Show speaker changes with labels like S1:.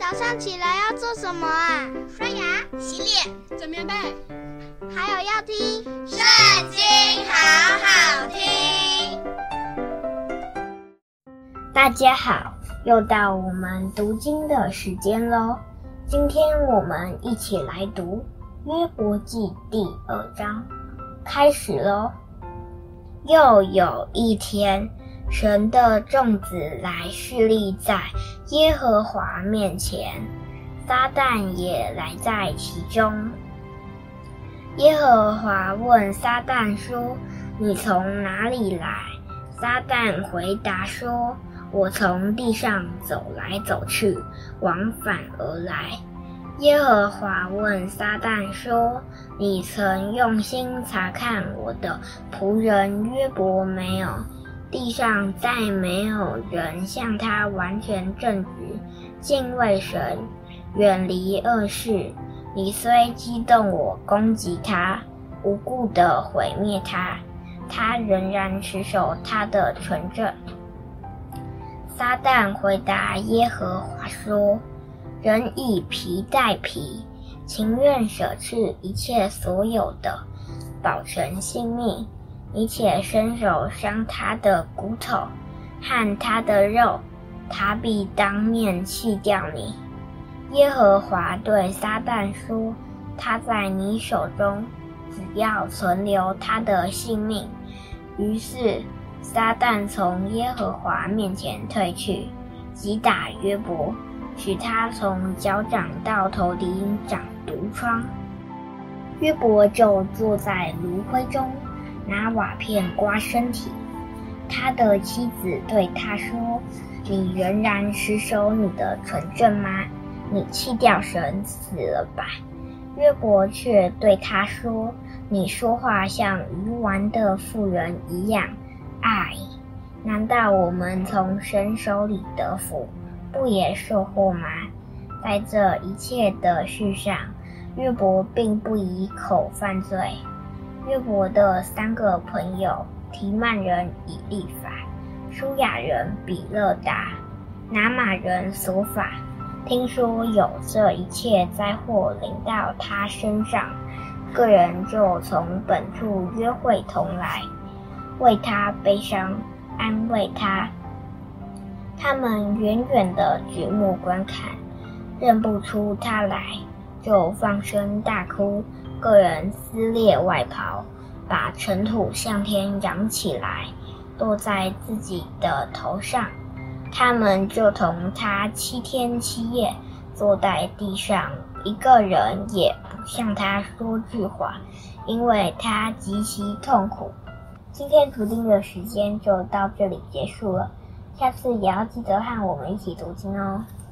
S1: 早上起来要做什么啊？
S2: 刷牙、洗脸、
S3: 整棉被，
S1: 还有要听《
S2: 圣经》，好好听。
S4: 大家好，又到我们读经的时间咯。今天我们一起来读约伯记第2章，开始咯。又有一天，神的众子来侍立在耶和华面前，撒旦也来在其中。耶和华问撒旦说：“你从哪里来？”撒旦回答说：“我从地上走来走去，往返而来。”耶和华问撒旦说：“你曾用心查看我的仆人约伯没有？地上再没有人像他完全正直，敬畏神，远离恶事。你虽激动我攻击他，无故地毁灭他，他仍然持守他的纯正。”撒旦回答耶和华说：“人以皮代皮，情愿舍去一切所有的，保全性命。你且伸手伤他的骨头和他的肉，他必当面弃掉你。”耶和华对撒旦说：“他在你手中，只要存留他的性命。”于是撒旦从耶和华面前退去，击打约伯，使他从脚掌到头顶长毒疮。约伯就坐在炉灰中，拿瓦片刮身体。他的妻子对他说：“你仍然持守你的纯正吗？你弃掉神，死了吧。”约伯却对他说：“你说话像愚顽的妇人一样。难道我们从神手里得福，不也受祸吗？”在这一切的事上，约伯并不以口犯罪。约伯的3个朋友，提曼人以利法、舒雅人比勒达、拿玛人所法，听说有这一切灾祸临到他身上，个人就从本处约会同来，为他悲伤，安慰他。他们远远地举目观看，认不出他来，就放声大哭，个人撕裂外袍，把尘土向天扬起来，落在自己的头上。他们就同他7天7夜坐在地上，一个人也不向他说句话，因为他极其痛苦。今天读经的时间就到这里结束了，下次也要记得和我们一起读经哦。